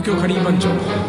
東京カリー番長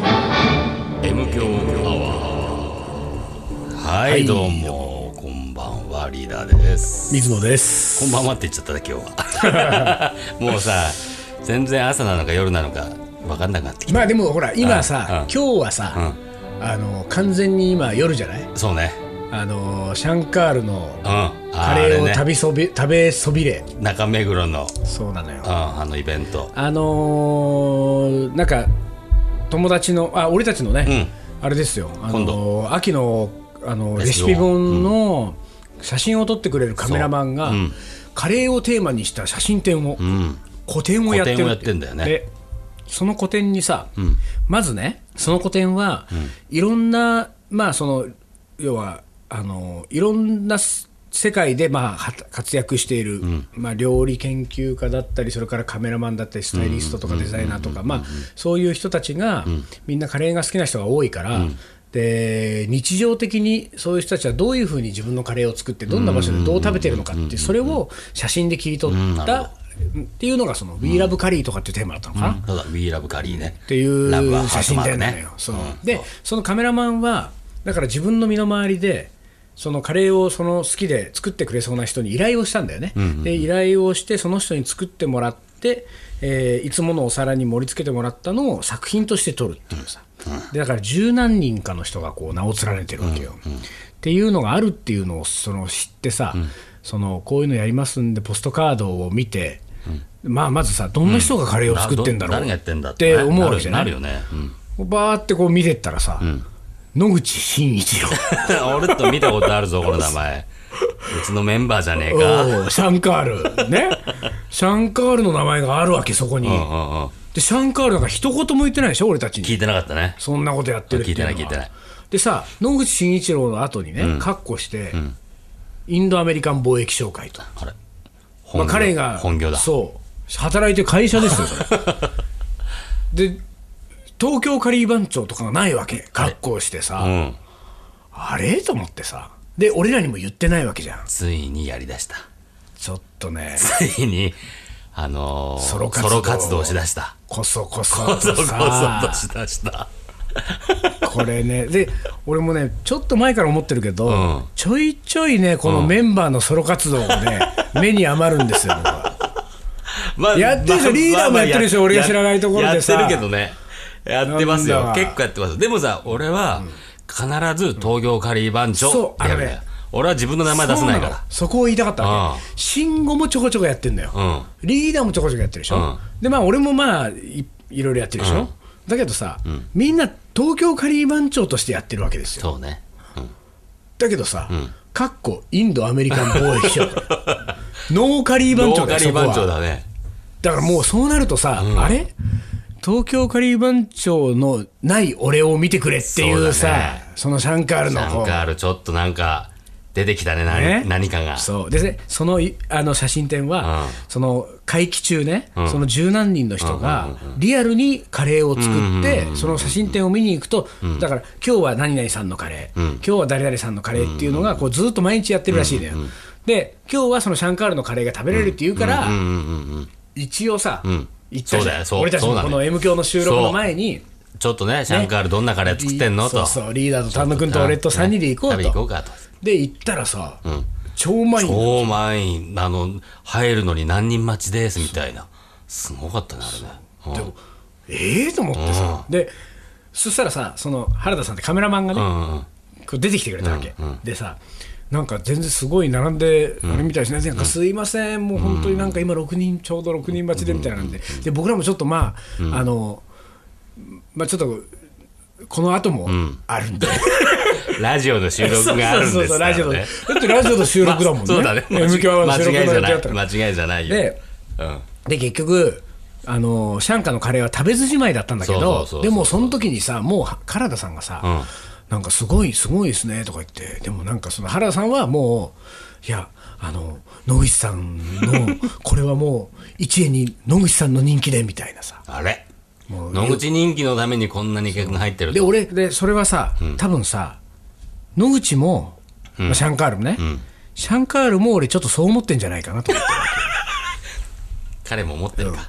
M 強アワー。はい、どうもこんばんは、リーダーです。 水野です。 こんばんはって言っちゃったね今日はもうさ、全然朝なのか夜なのか分かんなくなってきた。 まあでもほら今さ、今日はさ、完全に今夜じゃない。 そうね、 シャンカールのカレーを食べそびれ、 中目黒のそうなのよ、 イベント、 なんか友達の俺たちのね、あれですよ、 今度秋のレシピ本の写真を撮ってくれるカメラマンが、カレーをテーマにした写真展を、個展をやってるんだよね。 でその個展にさ、まずね、その個展は、いろんな、まあその要はいろんな世界で活躍している、料理研究家だったり、それからカメラマンだったり、スタイリストとかデザイナーとか、そういう人たちが、みんなカレーが好きな人が多いから、で日常的にそういう人たちはどういうふうに自分のカレーを作って、どんな場所でどう食べてるのかって、それを写真で切り取ったっていうのが、その We Love Curry とかっていうテーマだったのかな。 そうだ、We Love Curry ねっていう写真展なのよ。でそのカメラマンはだから自分の身の回りでそのカレーを好きで作ってくれそうな人に依頼をしたんだよね。で依頼をしてその人に作ってもらって、いつものお皿に盛り付けてもらったのを作品として撮るっていうさ、でだから十何人かの人がこう名を連ねてるわけよ、っていうのがあるっていうのを知ってさ、こういうのやりますんでポストカードを見て、まずさ、どんな人がカレーを作ってんだろうって思うわけじゃない。バーってこう見てったらさ、野口真一郎俺と見たことあるぞこの名前うちのメンバーじゃねえか。 シャンカールねシャンカールの名前があるわけ、そこに。でシャンカールなんか一言も言ってないでしょ、俺たちに。 聞いてなかったね、 そんなことやってるっていうのは。 聞いてない。 でさ、野口真一郎の後にね、カッコして、インドアメリカン貿易商会と、彼が本業だ。 そう働いてる会社ですよそれで東京カリー番長とかがないわけ、格好してさ、あれと思ってさ、で俺らにも言ってないわけじゃん。 ついにやりだした。 ちょっとね、 ついにソロ活動しだした。 こそとしだしたこれね、で俺もねちょっと前から思ってるけど、ちょいちょいねこのメンバーのソロ活動がね、目に余るんですよ僕は。やってるでしょ、リーダーもやってるでしょ、俺が知らないところでさ。 やってるけどね、やってますよ、結構やってます。でもさ、俺は必ず東京カリー番長ってやるんだよ。俺は自分の名前出せないから。 そこを言いたかったわけ。慎吾もちょこちょこやってんだよ、リーダーもちょこちょこやってるでしょ、で俺もいろいろやってるでしょ、だけどさ、みんな東京カリー番長としてやってるわけですよ。 そうね、 だけどさ、かっこインドアメリカン貿易商ノーカリー番長だよ、そこは。ノーカリー番長だね。だからもうそうなるとさ、あれ東京カリー番長のない俺を見てくれっていうさ、そのシャンカールのシャンカールちょっとなんか出てきたね、何かが。 そうでね、その写真展は、その会期中ね、その十何人の人がリアルにカレーを作って、その写真展を見に行くと、だから今日は何々さんのカレー、今日は誰々さんのカレーっていうのがこうずっと毎日やってるらしいのよ。で今日はそのシャンカールのカレーが食べれるっていうから、一応さ、行ったじゃん。俺たちもこの M 響の収録の前にちょっとね、シャンカールどんなカレー作ってんのと、 そうリーダーと丹野君と俺と3人で行こうと。で行ったらさ、超満員。 超満員、入るのに何人待ちですみたいな、すごかったねあれね。 でもと思ってさ、でそしたらさ、その原田さんってカメラマンがね、こう出てきてくれたわけ、でさ、なんか全然すごい並んであれみたいですね、なんかすいません、もう本当になんか今ちょうど6人待ちでみたいなんで、で僕らもちょっとちょっとこの後もあるんで、 ラジオの収録があるんですからね。 だってラジオの収録だもんね。 そうだね、間違いじゃないよ。で結局シャンカのカレーは食べずじまいだったんだけど、でもその時にさ、もう原田さんがさ、なんかすごいですねとか言って、でもなんかその原田さんはもう、いや野口さんのこれはもう一円に野口さんの人気でみたいなさ、 あれ野口人気のためにこんなに客が入ってると。でそれはさ、多分さ、野口も、シャンカールもね、シャンカールも俺ちょっとそう思ってんじゃないかなと思ってるわけ。 彼も思ってるか。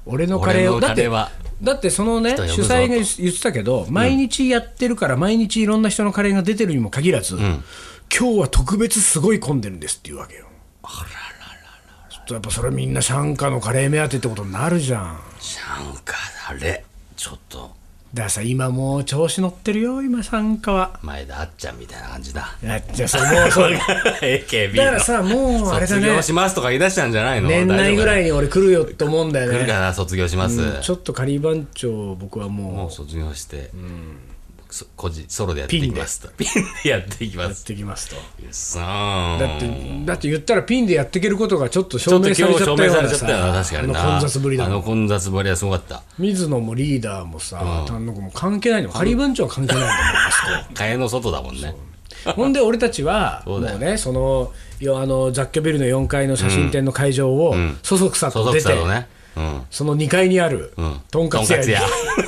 俺のカレーをだってそのね主催が言ってたけど、毎日やってるから毎日いろんな人のカレーが出てるにも限らず、今日は特別すごい混んでるんですっていうわけよ。あらららら。ちょっとやっぱそれみんなシャンカのカレー目当てってことになるじゃん。 シャンカあれちょっとだからさ、今もう調子乗ってるよ、今シャンカは。 前田あっちゃんみたいな感じだ。 じゃあそれもうそう AKB のだからさ、もうあれだね、 卒業しますとか言い出したんじゃないの。 年内ぐらいに俺来るよと思うんだよね。 来るかな、卒業します、 ちょっと仮番長僕はもう卒業して、個人ソロでやっていきますと。ピンでやっていきますと。だって言ったらピンでやっていけることがちょっと証明されちゃったようなさ、 確かにな、 混雑ぶりだ。 あの混雑ぶりはすごかった。 水野もリーダーもさ、丹野君も関係ないの。仮番長は関係ないんだもん、あそこ。 蚊帳の外だもんね。 ほんで俺たちはもうね、その雑居ビルの4階の写真展の会場をそそくさと出て、その2階にあるとんかつ屋に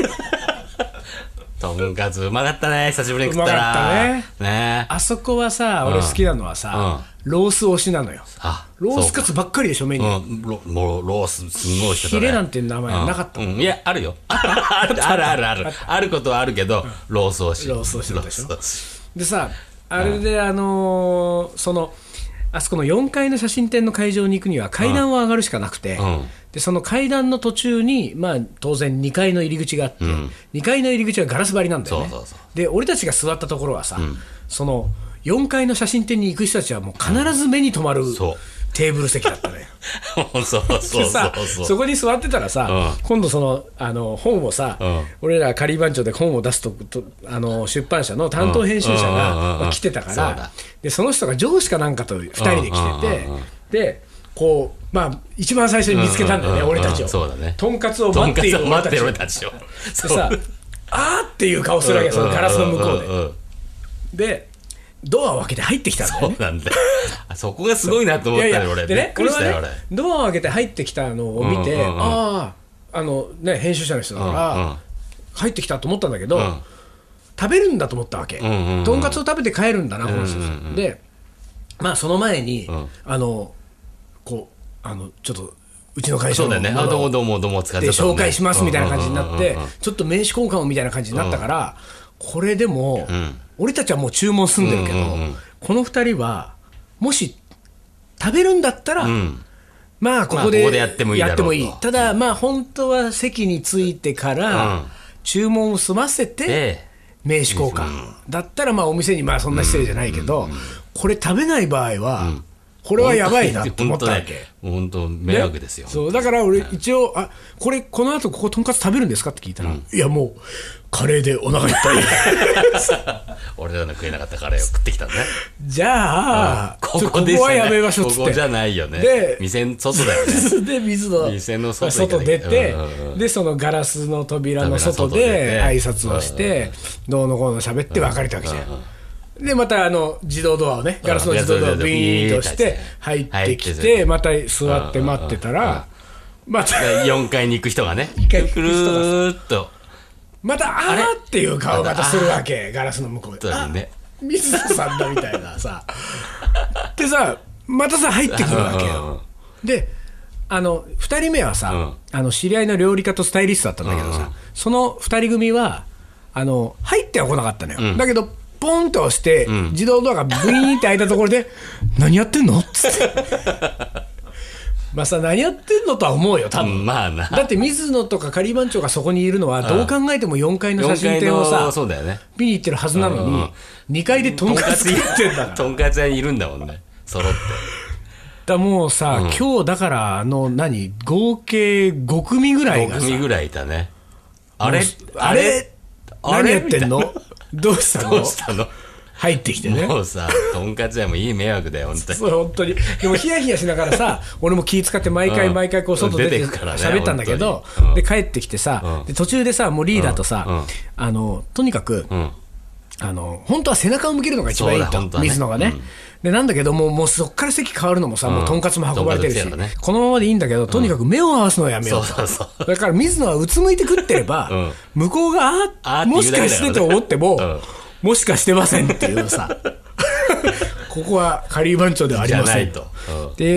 とんかつうまかったね、久しぶりに食ったら。 うまかったね。あそこはさ、俺好きなのはさ、ロース推しなのよ。ロースカツばっかりでしょ、メニュー。 もうロースすごいしてたね。 ヒレなんて名前なかったもん。 いや、あるよ。あることはあるけど、ロース推し。 ロース推しなんでしょ。でさ、あれであそこの4階の写真展の会場に行くには階段を上がるしかなくて、でその階段の途中に、まあ、当然2階の入り口があって、2階の入り口はガラス張りなんだよね。で俺たちが座ったところはさ、その4階の写真展に行く人たちはもう必ず目に留まるテーブル席だったね。そこに座ってたらさ、今度その本をさ、俺ら仮番長で本を出すと出版社の担当編集者が来てたから、でその人が上司かなんかと2人で来てて、でこうまあ一番最初に見つけたんだよね、俺たちを。とんかつを待っている俺たちを。でさ、あーっていう顔するわけ、そのガラスの向こうで。でドアを開けて入ってきたんだよね。 そうなんだよ。そこがすごいなと思ったよ俺。 でね、これはね、ドアを開けて入ってきたのを見て、編集者の人だから入ってきたと思ったんだけど、食べるんだと思ったわけ。とんかつを食べて帰るんだな、この人。でまあその前にこうちょっとうちの会社のどうも紹介しますみたいな感じになって、ちょっと名刺交換をみたいな感じになったから、これでも俺たちはもう注文済んでるけど、この2人はもし食べるんだったら、まあここでやってもいい。ただまあ本当は席に着いてから注文を済ませて名刺交換だったら、まあお店にまあそんな失礼じゃないけど、これ食べない場合はこれはやばいなって思ったわけ。 本当迷惑ですよ。 そうだから俺一応この後こことんかつ食べるんですかって聞いたら、いやもうカレーでお腹いっぱい。 俺らの食えなかったカレーを食ってきたね。 じゃあここはやめましょうっつって。 ここじゃないよね。で店の外だよね。 で水の外出て、でそのガラスの扉の外で挨拶をしてどうのこうの喋って別れたわけじゃん。でまた自動ドアをね、ガラスの自動ドアをビーンとして入ってきて、また座って待ってたら、また 4階に行く人がね、くるーっとまたあーっていう顔をまたするわけ、ガラスの向こうで。水田さんだみたいなさ。でさ、またさ入ってくるわけよ。で2人目はさ、知り合いの料理家とスタイリストだったんだけどさ、その2人組は入っては来なかったのよ。だけどポンと押して、自動ドアがブイーンって開いたところで何やってんのっつってまあさ、何やってんのとは思うよ多分、 まあな。 だって水野とか仮番長がそこにいるのはどう考えても4階の写真展をさ、見に行ってるはずなのに、2階でとんかつ食ってんだから。 とんかつ屋にいるんだもんね、揃って。 だもうさ、今日だから合計5組ぐらいがさ、 5組ぐらいいたね。あれ何やってんのどうしたの入ってきてね。 もうさ、とんかつ屋もいい迷惑だよ本当に。 そう本当に。でもヒヤヒヤしながらさ、俺も気使って毎回こう外出て喋ったんだけど、で帰ってきてさ、で途中でさ、もうリーダーとさ、とにかく本当は背中を向けるのが一番いいと、水野がね。でなんだけどもうそっから席変わるのもさ、もうとんかつも運ばれてるし、このままでいいんだけど、とにかく目を合わすのをやめようと。だから水野はうつむいて食ってれば、向こうがもしかしてと思っても、もしかしてませんっていうさここはカリー番長ではありませんと。で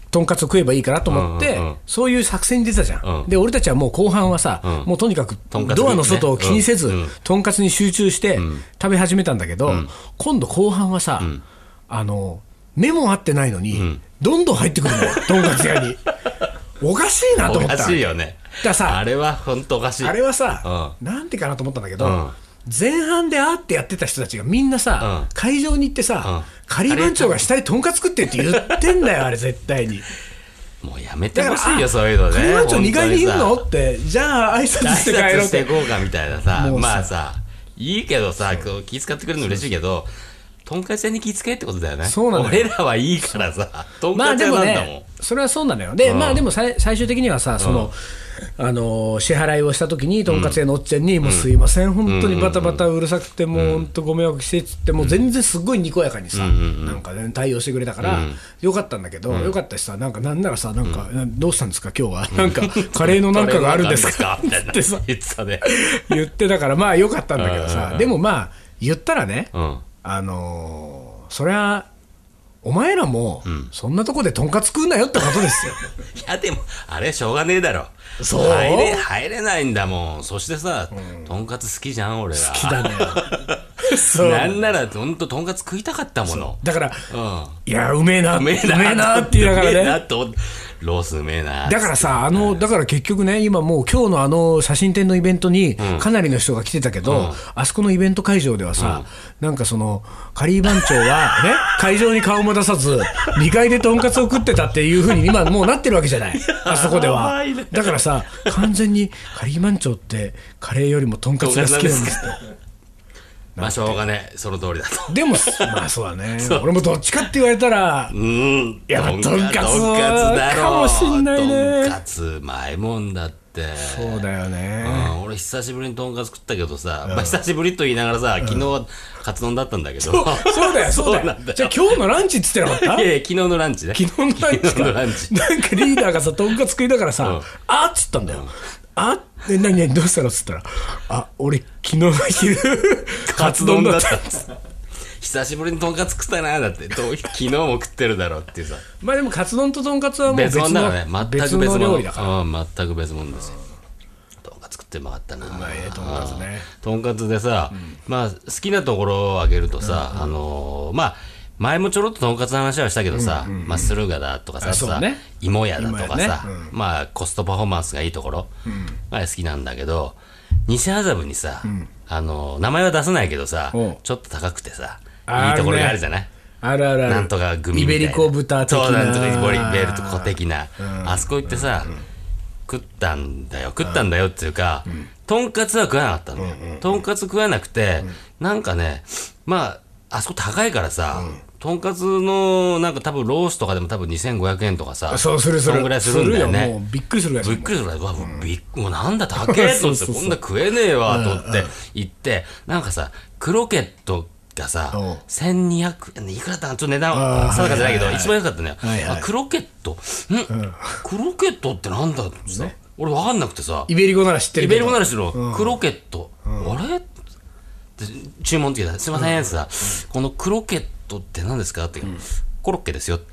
とんかつを食えばいいかなと思って、そういう作戦に出たじゃん、で俺たちはもう後半はさ、もうとにかくドアの外を気にせず、とんかつに集中して食べ始めたんだけど、今度後半はさ、目も合ってないのに、どんどん入ってくるのよ、とんかつ屋に。おかしいなと思った。 おかしいよね。 ださ、 あれは本当おかしい。 あれはさ、なんてかなと思ったんだけど、前半でってやってた人たちがみんなさ、会場に行ってさ、カリー番長が下にとんかつ食ってって言ってんだよ、あれ絶対に。 もうやめてほしいよ、そういうのね。 カリー番長2階にいるのって、じゃあ挨拶して帰ろうって。 いこうかみたいなさ、まあさ、いいけどさ、気遣ってくれるの嬉しいけど、とんかつ屋に気付けってことだよね。 そうなのよ。 俺らはいいからさ、とんかつ屋なんだもん。まあでもね、 それはそうなのよ。で、まあでも最終的にはさ、その、支払いをしたときに、とんかつ屋のおっちゃんに、もうすいません、本当にバタバタうるさくて、もう本当ご迷惑してっつって、もう全然すごいにこやかにさ、なんかね、対応してくれたから、よかったんだけど、よかったしさ、なんかなんならさ、なんか、どうしたんですか、今日は。なんか、カレーのなんかがあるんですかってさ、言ってたから、まあよかったんだけどさ、でもまあ、言ったらね、そりゃ、お前らも、そんなとこでとんかつ食うなよってことですよ。 いやでも、あれしょうがねえだろ。 そう入れないんだもん。そしてさ、とんかつ好きじゃん、俺は。 好きだね。 なんなら、ほんととんかつ食いたかったもの。 だから、いや、うめえなって言いながらね。 ロースうめえな。 だからさ、だから結局ね、今もう今日の写真展のイベントにかなりの人が来てたけど、あそこのイベント会場ではさ、なんかその、カリー番長はね、会場に顔も出さず、2階でとんかつを食ってたっていうふうに今もうなってるわけじゃない。あそこでは。だからさ、完全にカリー番長ってカレーよりもとんかつが好きなんですって。 まあしょうがね、その通りだと。 でも、まあそうだね。俺もどっちかって言われたら、やっぱとんかつかもしんないね。 とんかつうまいもんだって。 そうだよね。 俺久しぶりにとんかつ食ったけどさ、まあ久しぶりと言いながらさ、昨日はカツ丼だったんだけど。 そうだよ、そうだよ。じゃあ今日のランチっつってなかった？ いやいや、昨日のランチね。 昨日のランチか。なんかリーダーがさ、とんかつ食いながらさ、あっつったんだよ。何どうしたのっつったら、俺昨日の昼カツ丼だったんです。 久しぶりにとんかつ食ったなだって昨日も食ってるだろっていうさ。 まあでもカツ丼ととんかつはもう別物だからね。全く別の料理だから。 全く別物ですよ。とんかつ食ってうまかったな。 うまいね、とんかつね。 とんかつでさ、まあ好きなところを挙げるとさ、まあ前もちょろっととんかつの話はしたけどさ、まあ駿河だとかさ、芋屋だとかさ、まあコストパフォーマンスがいいところが好きなんだけど、西麻布にさ、名前は出さないけどさ、ちょっと高くてさ、いいところがあるじゃない？ あるあるある。 なんとかグミみたいな。 イベリコ豚的な。 そう、なんとかベルトコ的な。あそこ行ってさ、食ったんだよっていうか、とんかつは食わなかったのよ。とんかつ食わなくて、なんかね、まあ、あそこ高いからさ、とんかつのなんか多分ロースとかでも多分2500円とかさ、 そんぐらいするんだよね。 もうびっくりするぐらい。 びっくりするぐらい。もうなんだ高えと思って、こんな食えねえわと思って行って、なんかさ、クロケットがさ、1200円、いくらだったかちょっと値段定かじゃないけど、一番安かったのよ。クロケット、クロケットってなんだってさ、俺分かんなくてさ、 イベリコなら知ってるけど。 イベリコなら知ってるの、クロケット、あれ注文つけたら、すいませんってさ、このクロケットって何ですかって、コロッケですよ。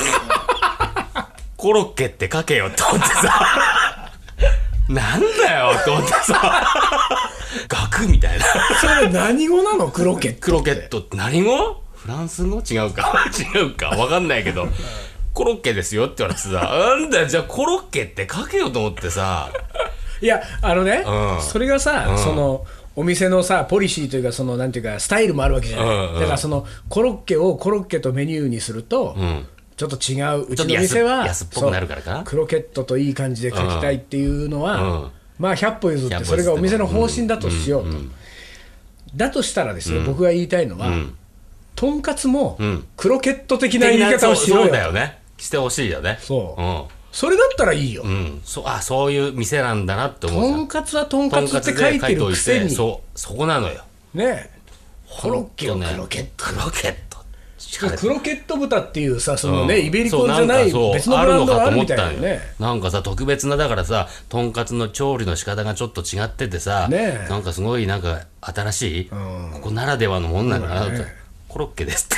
コロッケって書けよって思ってさ、なんだよって思ってさ、ガクみたいな。 それ何語なの？クロケット。 クロケットって何語？フランス語？違うか分かんないけど、コロッケですよって言われてさ、なんだよ、じゃあコロッケって書けよと思ってさ。 いや、それがさ、その、お店のさポリシーというか、そのなんていうかスタイルもあるわけじゃない。だからそのコロッケをコロッケとメニューにすると、ちょっと違う。うちの店は安っぽくなるからかな。 クロケットといい感じで書きたいっていうのは、まあ100歩譲ってそれがお店の方針だとしようと。だとしたらですよ、僕が言いたいのは、とんかつもクロケット的な言い方をしろよ。 そうだよね。してほしいよね。 そう。それだったらいいよ。 そういう店なんだなって思う。 とんかつはとんかつって書いてるくせに。 そこなのよ。 ねえ。コロッケをクロケット。 クロケット。 クロケット豚っていうさ、そのね、イベリコじゃない別のブランドがあるみたいなね。 なんかさ、特別なだからさ、とんかつの調理の仕方がちょっと違っててさ、なんかすごいなんか新しい、ここならではのもんなんだな。コロッケですって。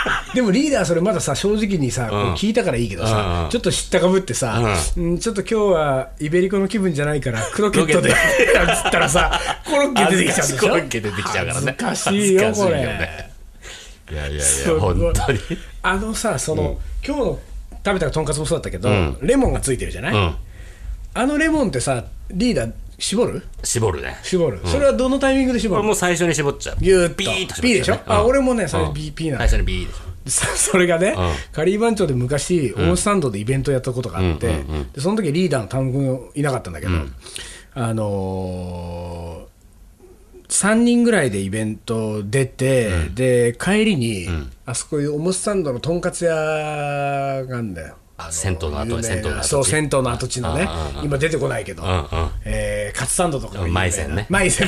でもリーダーそれまださ正直にさ、こう聞いたからいいけどさ、ちょっと知ったかぶってさ、ちょっと今日はイベリコの気分じゃないからクロケットでつったらさ、コロッケ出てきちゃうんでしょ。 コロッケ出てきちゃうからね。 恥ずかしいよこれ。 いや本当にさ、その、今日の食べたとんかつもそうだったけど、レモンがついてるじゃない、あのレモンってさ、リーダー絞るね。 絞る、それはどのタイミングで絞る？ もう最初に絞っちゃう。 ギューッとピーッと絞っちゃう、 ピーでしょ。俺もね、それピーなの。 最初にビーでしょ。 それがね、カリー番長で昔、オンスタンドでイベントやったことがあって、でその時リーダーの単語いなかったんだけど、3人ぐらいでイベント出て、で帰りに、あそこいうオムスタンドのとんかつ屋があるんだよ。 銭湯の跡地。 そう銭湯の跡地のね、今出てこないけど、カツサンドとかマイセンね。 マイセン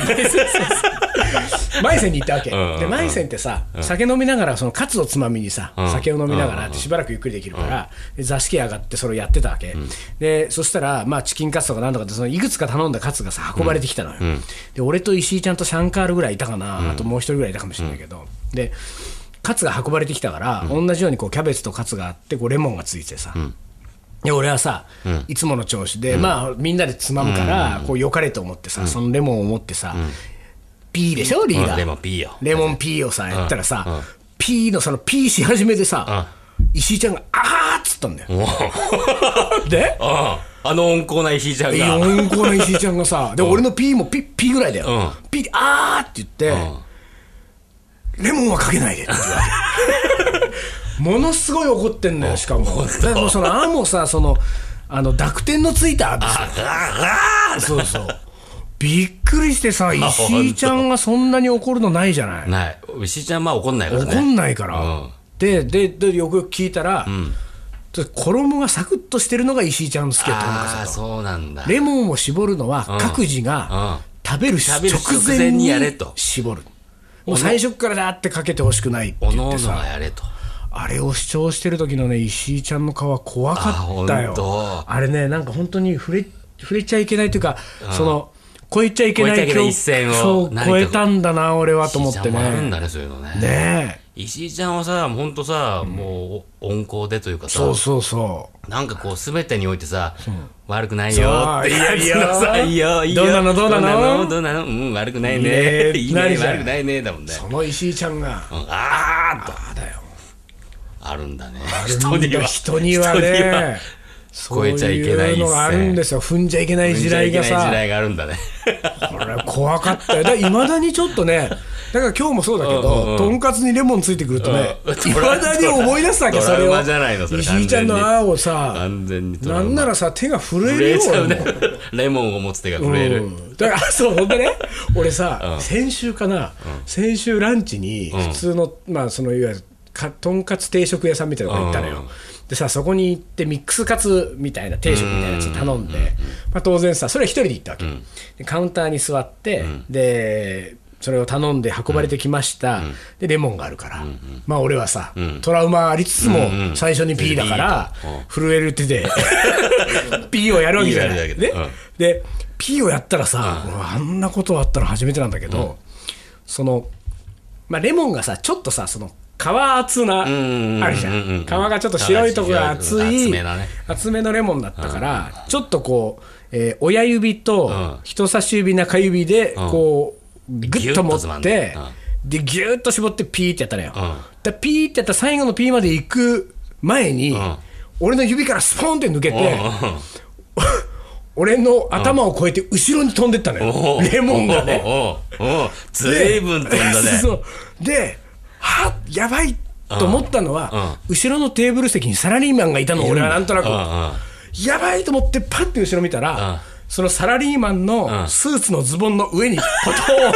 に行ったわけ。でマイセンってさ、酒飲みながらそのカツをつまみにさ、酒を飲みながらってしばらくゆっくりできるから、座敷上がってそれをやってたわけ。でそしたらまあチキンカツとかなんとかってそのいくつか頼んだカツがさ運ばれてきたのよ。で俺と石井ちゃんとシャンカールぐらいいたかな、あともう一人ぐらいいたかもしれないけど、でカツが運ばれてきたから、同じようにこうキャベツとカツがあってこうレモンがついてさ、で俺はさ、いつもの調子で、まあみんなでつまむから、こうよかれと思ってさ、そのレモンを持ってさ、ピーでしょリーダー、 レモンピーよ。 レモンピーをさやったらさ、ピーのそのピーし始めでさ、石井ちゃんがあーっつったんだよ。で温厚な石井ちゃんが温厚な石井ちゃんがさ、で俺のピーもピーぐらいだよ、ピーであーって言って、レモンはかけないでって言われてものすごい怒ってんのよ。しかもそのあもさ、その濁点のついたそうそうびっくりしてさ、石井ちゃんがそんなに怒るのないじゃない。 ない。石井ちゃんまあ怒んないからね。 怒んないから、でよくよく聞いたら、衣がサクッとしてるのが石井ちゃんの好きだと思うんですよ。 あ、そうなんだ。 レモンを絞るのは各自が食べる直前にやれと絞る。もう最初からだってかけてほしくないって言ってさ、 おのおのがやれと。 あれを主張してる時のね、石井ちゃんの顔は怖かったよ。あれね、なんか本当に触れちゃいけないというか、その超えちゃいけない一線を超えたんだな俺はと思ってね。 石井ちゃんもあるんだね、そういうのね。 ねえ、 石井ちゃんはさ、本当さ、もう温厚でというかさ、 そうなんかこう全てにおいてさ、悪くないよってやつのさ、いいよどうなの悪くないね、いいね、悪くないねだもんね。 その石井ちゃんがあーだよ、 あるんだね。 人にはね、 超えちゃいけない一線、そういうのがあるんですよ。踏んじゃいけない地雷がさ、 時代があるんだね。 これ怖かったよ。いまだにちょっとね、だから今日もそうだけど、とんかつにレモンついてくるとね、いまだに思い出すわけ。それを石井ちゃんのあーをさ、なんならさ手が震えるよ。 レモンを持つ手が震える。 だからそう、ほんでね、俺さ、先週かな、先週ランチに普通のまあそのいわゆるとんかつ定食屋さんみたいなのが行ったのよ。でさ、そこに行ってミックスカツみたいな定食みたいなやつ頼んで、まあ、当然さそれは一人で行ったわけ、でカウンターに座って、でそれを頼んで運ばれてきました、でレモンがあるから、まあ俺はさ、トラウマありつつも最初にピーだから、震える手でピーをやるわけじゃない。でピーをやったらさ、あんなことあったの初めてなんだけど、その、まあ、レモンがさちょっとさその皮厚なあるじゃん、皮がちょっと白いところが厚い厚めのレモンだったから、ちょっとこう、親指と人差し指中指でこうグッと持って、でギュッと絞ってピーってやったのよ。でピーってやったら最後のピーまで行く前に、俺の指からスポンって抜けて、俺の頭を越えて後ろに飛んでったのよ、レモンがね。 ずいぶん飛んだね。 でやばいと思ったのは、後ろのテーブル席にサラリーマンがいたの。俺はなんとなくやばいと思ってパッて後ろ見たら、そのサラリーマンのスーツのズボンの上にポトン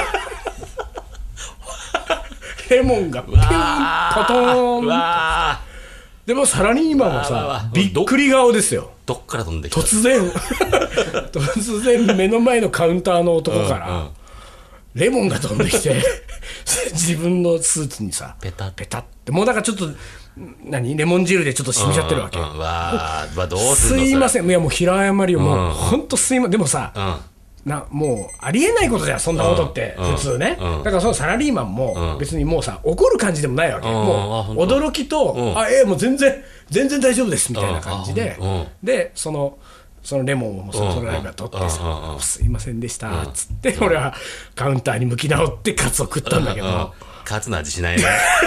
レモンがピュンポトン。でもサラリーマンはさびっくり顔ですよ。 どっから飛んできた。 突然目の前のカウンターの男からレモンが飛んできて自分のスーツにさペタッて、もうだからちょっとレモン汁でちょっと染みちゃってるわけ。 どうすんのすいません、いやもう平謝りをもうほんとすいません。でもさ、 もうありえないことじゃんそんなことって、普通ね、だからそのサラリーマンも別にもうさ怒る感じでもないわけ、もう驚きと、もう全然大丈夫ですみたいな感じで、でそのレモンをそのライブが取ってさ、すいませんでしたっつって、俺はカウンターに向き直ってカツを食ったんだけど、 カツの味しないね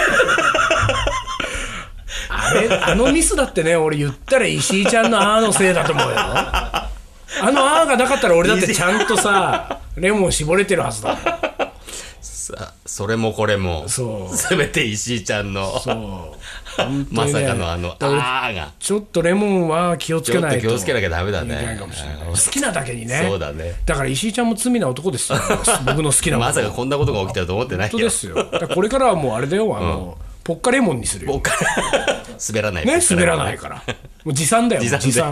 あのミスだってね、俺言ったら石井ちゃんのあーのせいだと思うよ。あーがなかったら俺だってちゃんとさレモン絞れてるはずだ。 それもこれもすべて石井ちゃんのまさかのあがちょっとレモンは気をつけないと、 気をつけなきゃダメだね。 好きなだけにね。 そうだね。 だから石井ちゃんも罪な男ですよ僕の好きなまさかこんなことが起きてると思ってないよ。 本当ですよ。だからこれからはもうあれだよ、ポッカレモンにするよ。 滑らないね、滑らないからもう持参だよ、持参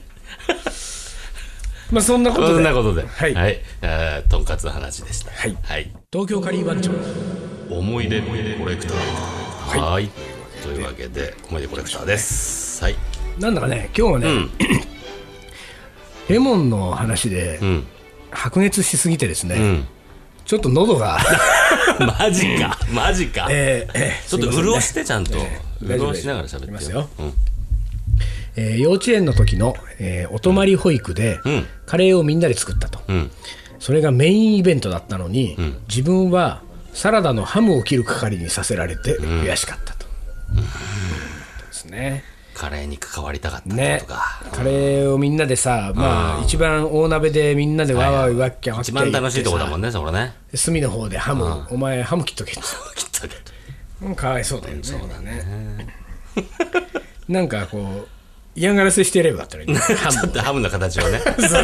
まあそんなことで、 はい、とんかつの話でした。はい、 東京カリー番長思い出コレクター。はい、というわけで思い出コレクターです。はい。 なんだかね、今日はね、レモンの話で白熱しすぎてですね、ちょっと喉がマジかちょっと潤してちゃんと潤しながら喋ってよ。 幼稚園の時の、お泊まり保育で、カレーをみんなで作ったと、それがメインイベントだったのに、自分はサラダのハムを切る係にさせられて悔しかったと、ですね。 カレーに関わりたかったってことか、 カレーをみんなでさ、一番大鍋でみんなでわわわっきゃ一番楽しいとこだもんね、それね。 隅の方でハム、お前ハム切っとけってかわいそうだよね。 そうだねなんかこう嫌がらせしてやればよかったのに、 ちょっとハムの形をね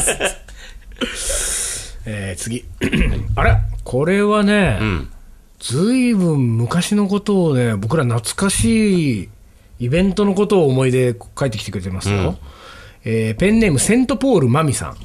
次あれこれはね、ずいぶん昔のことをね、僕ら懐かしいイベントのことを思い出書いてきてくれてますよ。ペンネームセントポールマミさん。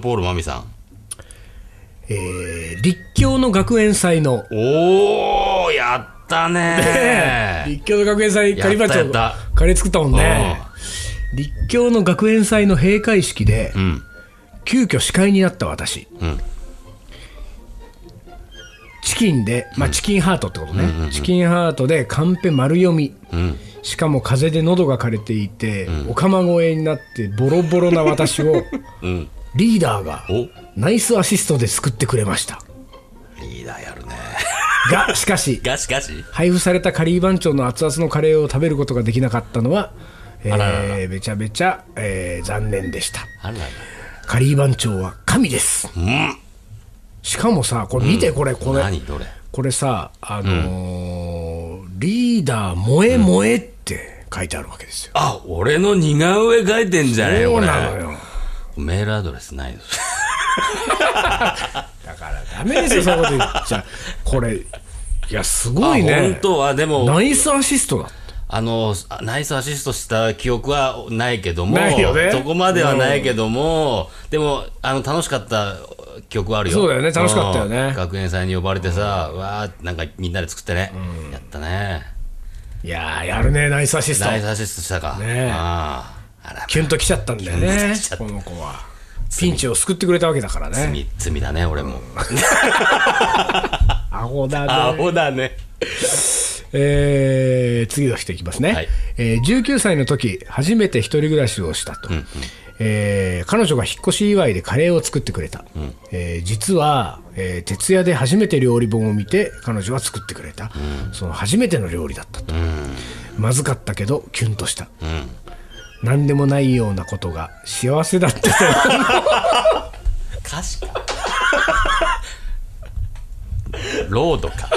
立教の学園祭のやったね立教の学園祭カリバチョカレー作ったもんね。立教の学園祭の閉会式で、急遽司会になった私、チキンで、チキンハートってことね、チキンハートでカンペ丸読み、しかも風邪で喉が枯れていて、お釜声になってボロボロな私を、リーダーがナイスアシストで救ってくれました。 リーダーやるねしかし配布されたカリー番長の熱々のカレーを食べることができなかったのはめちゃめちゃ、残念でした。カリー番長は神です、しかもさ、これ見て、これさ、リーダー萌え萌えって書いてあるわけですよ。 俺の似顔絵書いてんじゃねえ。 そうなのよ。 メールアドレスないですだからダメですよ、そういうこと言っちゃ。これいやすごいね。 本当はでもナイスアシストだ。 ナイスアシストした記憶はないけども、 ないよね、 そこまではないけども、でも楽しかった記憶はあるよ。 そうだよね、楽しかったよね。 学園祭に呼ばれてさ、わーなんかみんなで作ってね、やったね。 いやーやるね、ナイスアシスト。 ナイスアシストしたかね。 キュンときちゃったんだよね、この子は。ピンチを救ってくれたわけだからね。 罪だね、俺も。 アホだね。次の人いきますね。19歳の時初めて一人暮らしをしたと、彼女が引っ越し祝いでカレーを作ってくれた、実は、徹夜で初めて料理本を見て彼女は作ってくれた、その初めての料理だったと、まずかったけどキュンとした、何でもないようなことが幸せだったと歌詞かロードか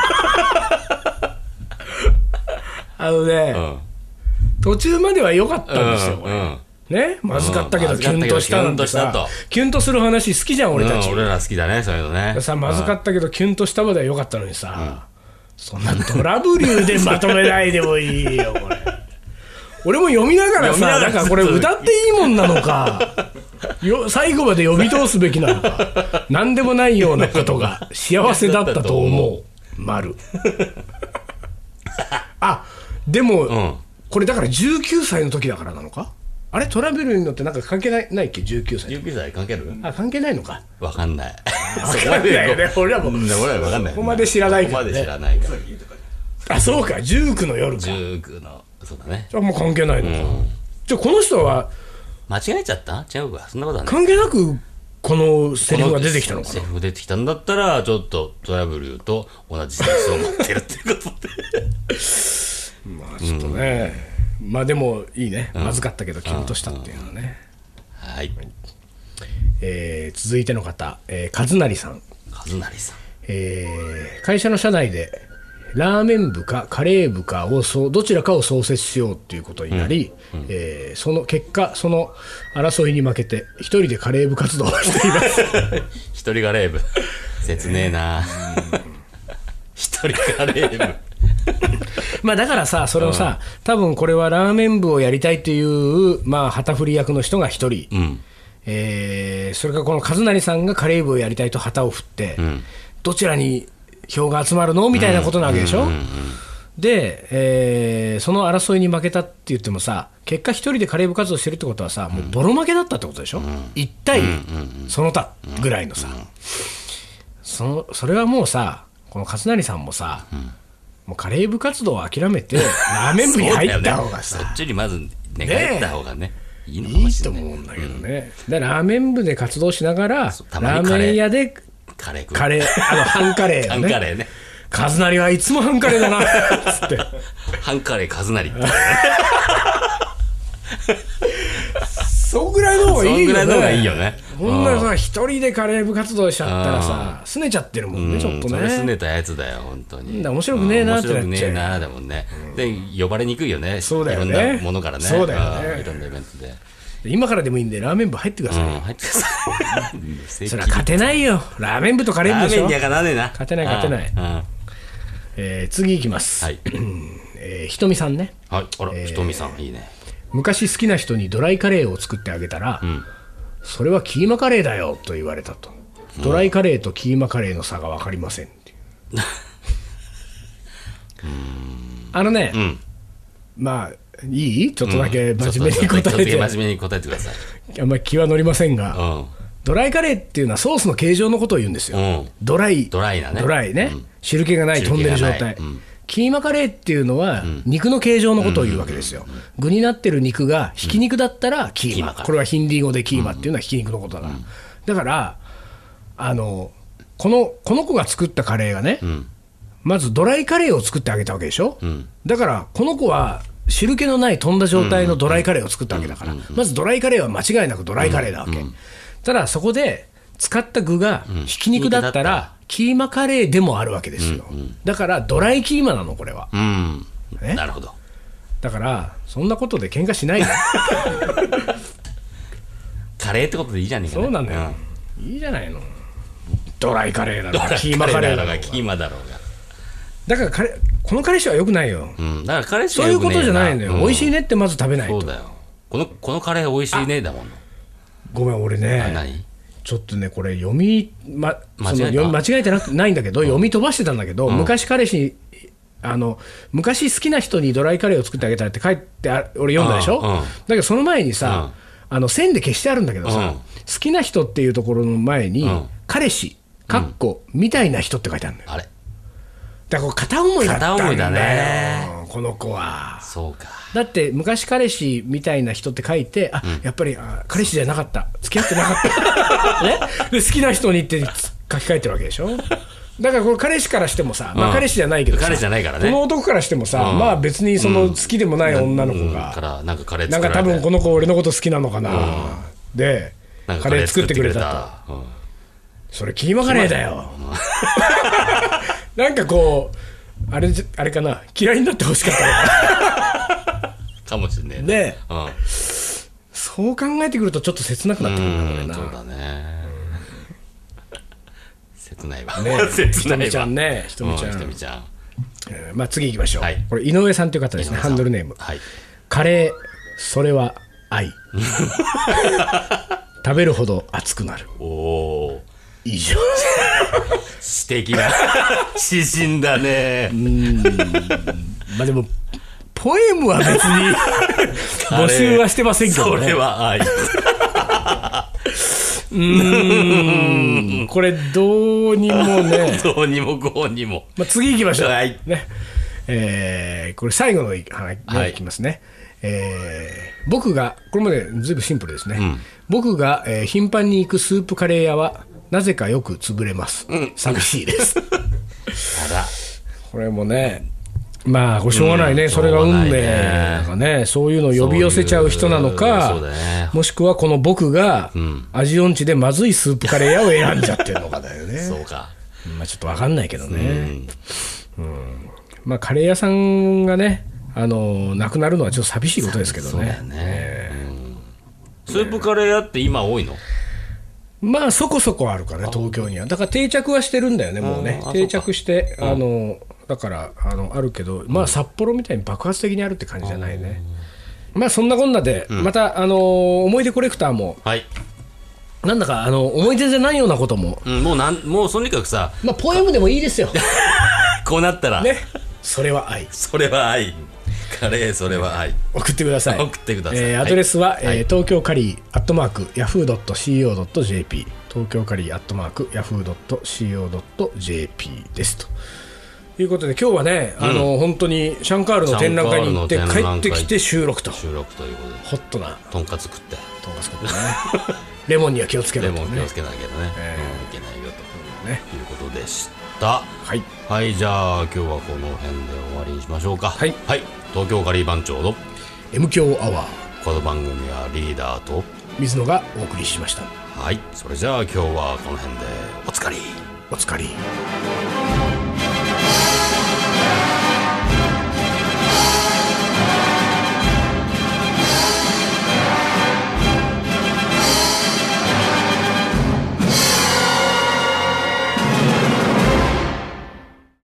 途中までは良かったんですよ、ね、まずかったけどキュンとしたなんてさ、キュンとする話好きじゃん俺たち、 俺ら好きだね、そういうのね。 さ、まずかったけどキュンとしたまでは良かったのにさ、そんなドラブリューでまとめないでもいいよこれ。俺も読みながらさ、なんかこれ歌っていいもんなのか最後まで読み通すべきなのか何でもないようなことが幸せだったと思う丸でも、これだから19歳の時だからなのか。 あれトラベルに乗ってなんか関係ないっけ19歳 19歳関係る？ 関係ないのかわかんない分かんないよね俺はもう俺は分かんないここまで知らないからね。 ここまで知らないからそうか19の夜か 19のそうだね。 じゃあもう関係ないのか、じゃあこの人は間違えちゃった？違うか、そんなことはない。 関係なくこのセリフが出てきたのかな。 セリフ出てきたんだったらちょっとトラブル言うと同じセンスを持ってるっていうことでまあちょっとね、まあでもいいね、まずかったけどキュンとしたっていうのはね。 はい、 続いての方、和成さん。 和成さん、 会社の社内でラーメン部かカレー部かをどちらかを創設しようということになり、その結果その争いに負けて一人でカレー部活動をしています一人カレー部切ねえな一人カレー部まあだからさ、それをさ、多分これはラーメン部をやりたいという、まあ、旗振り役の人が一人、それからこの和成さんがカレー部をやりたいと旗を振って、どちらに票が集まるのみたいなことなわけでしょ。で、その争いに負けたって言ってもさ、結果一人でカレー部活動してるってことはさ、もうボロ負けだったってことでしょ、1対その他ぐらいのさ、それはもうさ、この和成さんもさ、もうカレー部活動を諦めてラーメン部に入った方がさ、 そっちにまず寝返った方がね、いいのかいいもしれないと思うんだけどね。でラーメン部で活動しながらラーメン屋でカレー半カレー、ね、 半カレーね。 和成はいつも半カレーだなつって半カレー和成そんぐらいの方がいいよね。 そんぐらいの方がいいよね。 こんなさ一人でカレー部活動しちゃったらさ拗ねちゃってるもんね、ちょっとね。 それ拗ねたやつだよ本当に。 面白くねえなってなっちゃう。 面白くねえなだもんね。で呼ばれにくいよね。 そうだよね。 いろんなものからね。 そうだよね。 いろんなイベントで。 今からでもいいんでラーメン部入ってください。 入ってください。 それは勝てないよ。ラーメン部とカレー部でしょ。 ラーメンには勝たねえな。 勝てない。次いきます。ひとみさんね。 はい。あらひとみさんいいね。 昔好きな人にドライカレーを作ってあげたら、それはキーマカレーだよと言われたと。ドライカレーとキーマカレーの差が分かりませんっていうね、まあいいちょっとだけ真面目に答えて、 真面目に答えてください。 あんまり気は乗りませんが、ドライカレーっていうのはソースの形状のことを言うんですよ。ドライね、汁気がない飛んでる状態。キーマカレーっていうのは肉の形状のことを言うわけですよ。具になってる肉がひき肉だったらキーマ、これはヒンディー語でキーマっていうのはひき肉のことだから、だからこの子が作ったカレーがね、まずドライカレーを作ってあげたわけでしょ、だからこの子は汁気のない飛んだ状態のドライカレーを作ったわけだから、まずドライカレーは間違いなくドライカレーだわけ、ただそこで使った具がひき肉だったらキーマカレーでもあるわけですよ、だからドライキーマなのこれは、 なるほど。 だからそんなことで喧嘩しないでカレーってことでいいじゃねえか。 そうなんだよ、いいじゃないの。ドライカレーだろうがキーマカレーだろうがキーマだろうが。 だからこの彼氏はよくないよ、 だから彼氏はよくねえな。そういうことじゃないのよ、美味しいねってまず食べないと。 そうだよ。このカレー美味しいねだもん。 ごめん俺ね、ちょっとねこれ間違えてないんだけど、読み飛ばしてたんだけど、昔彼氏昔好きな人にドライカレーを作ってあげたらって書いて俺読んだでしょ、だけどその前にさ、線で消してあるんだけどさ、好きな人っていうところの前に、彼氏みたいな人って書いてあるんだよ。あれだから片思いだったんだよ、片思いだねこの子は。 そうか。 だって昔彼氏みたいな人って書いて、やっぱり彼氏じゃなかった、付き合ってなかったで好きな人にって書き換えてるわけでしょ。だからこれ彼氏からしてもさ、彼氏じゃないけどさ、 彼氏じゃないからね、 この男からしてもさ、まあ別にその好きでもない女の子が、 なんか多分この子俺のこと好きなのかな、でカレー作ってくれたと、それキーマカレーだよなんかこうあれかな、嫌いになってほしかったのかもしれないね。 で、そう考えてくるとちょっと切なくなってくるんだこれな。 そうだね。切ないわ。 ひとみちゃんね、ひとみちゃん。まあ次行きましょう。これ井上さんという方ですね、ハンドルネーム。カレー、それは愛。食べるほど熱くなる。以上。 詩的な詩人だね。 まあでもポエムは別に募集はしてませんけどね。 それは愛これどうにもねどうにもこうにも、 次行きましょう、 はいね。これ最後のいきますね。僕がこれまでずいぶんシンプルですね、僕が、頻繁に行くスープカレー屋はなぜかよく潰れます、寂しいですあら、これもね、まあこれしょうがないね、それが運命なんかね、そういうのを呼び寄せちゃう人なのか、もしくはこの僕が味音痴でまずいスープカレー屋を選んじゃってるのかだよねそうか、 まあ、ちょっと分かんないけどね、まあ、カレー屋さんがねなくなるのはちょっと寂しいことですけどね。 スープカレー屋って今多いの？ まあそこそこあるかね、東京には。だから定着はしてるんだよね、もうね。定着してだからあるけど、まあ札幌みたいに爆発的にあるって感じじゃないね。まあそんなこんなで、また思い出コレクターも、なんだか思い出じゃないようなことも、 もうとにかくさ、 まあポエムでもいいですよこうなったらね、それは愛、 それは愛、カレーそれは愛、 送ってください。 送ってください。 アドレスは、東京カリー@yahoo.co.jp、 東京カリー@yahoo.co.jp ですということで、今日はね、本当にシャンカールの展覧会に行って帰ってきて収録ということで、ホットなとんかつ食ってねレモンには気をつけないとね、 レモン気をつけなきゃね、いけないよということでした。はい、じゃあ今日はこの辺で終わりにしましょうか。はい、東京カリー番長の M 強アワー、 この番組はリーダーと水野がお送りしました。 はい、それじゃあ今日はこの辺でおつかり。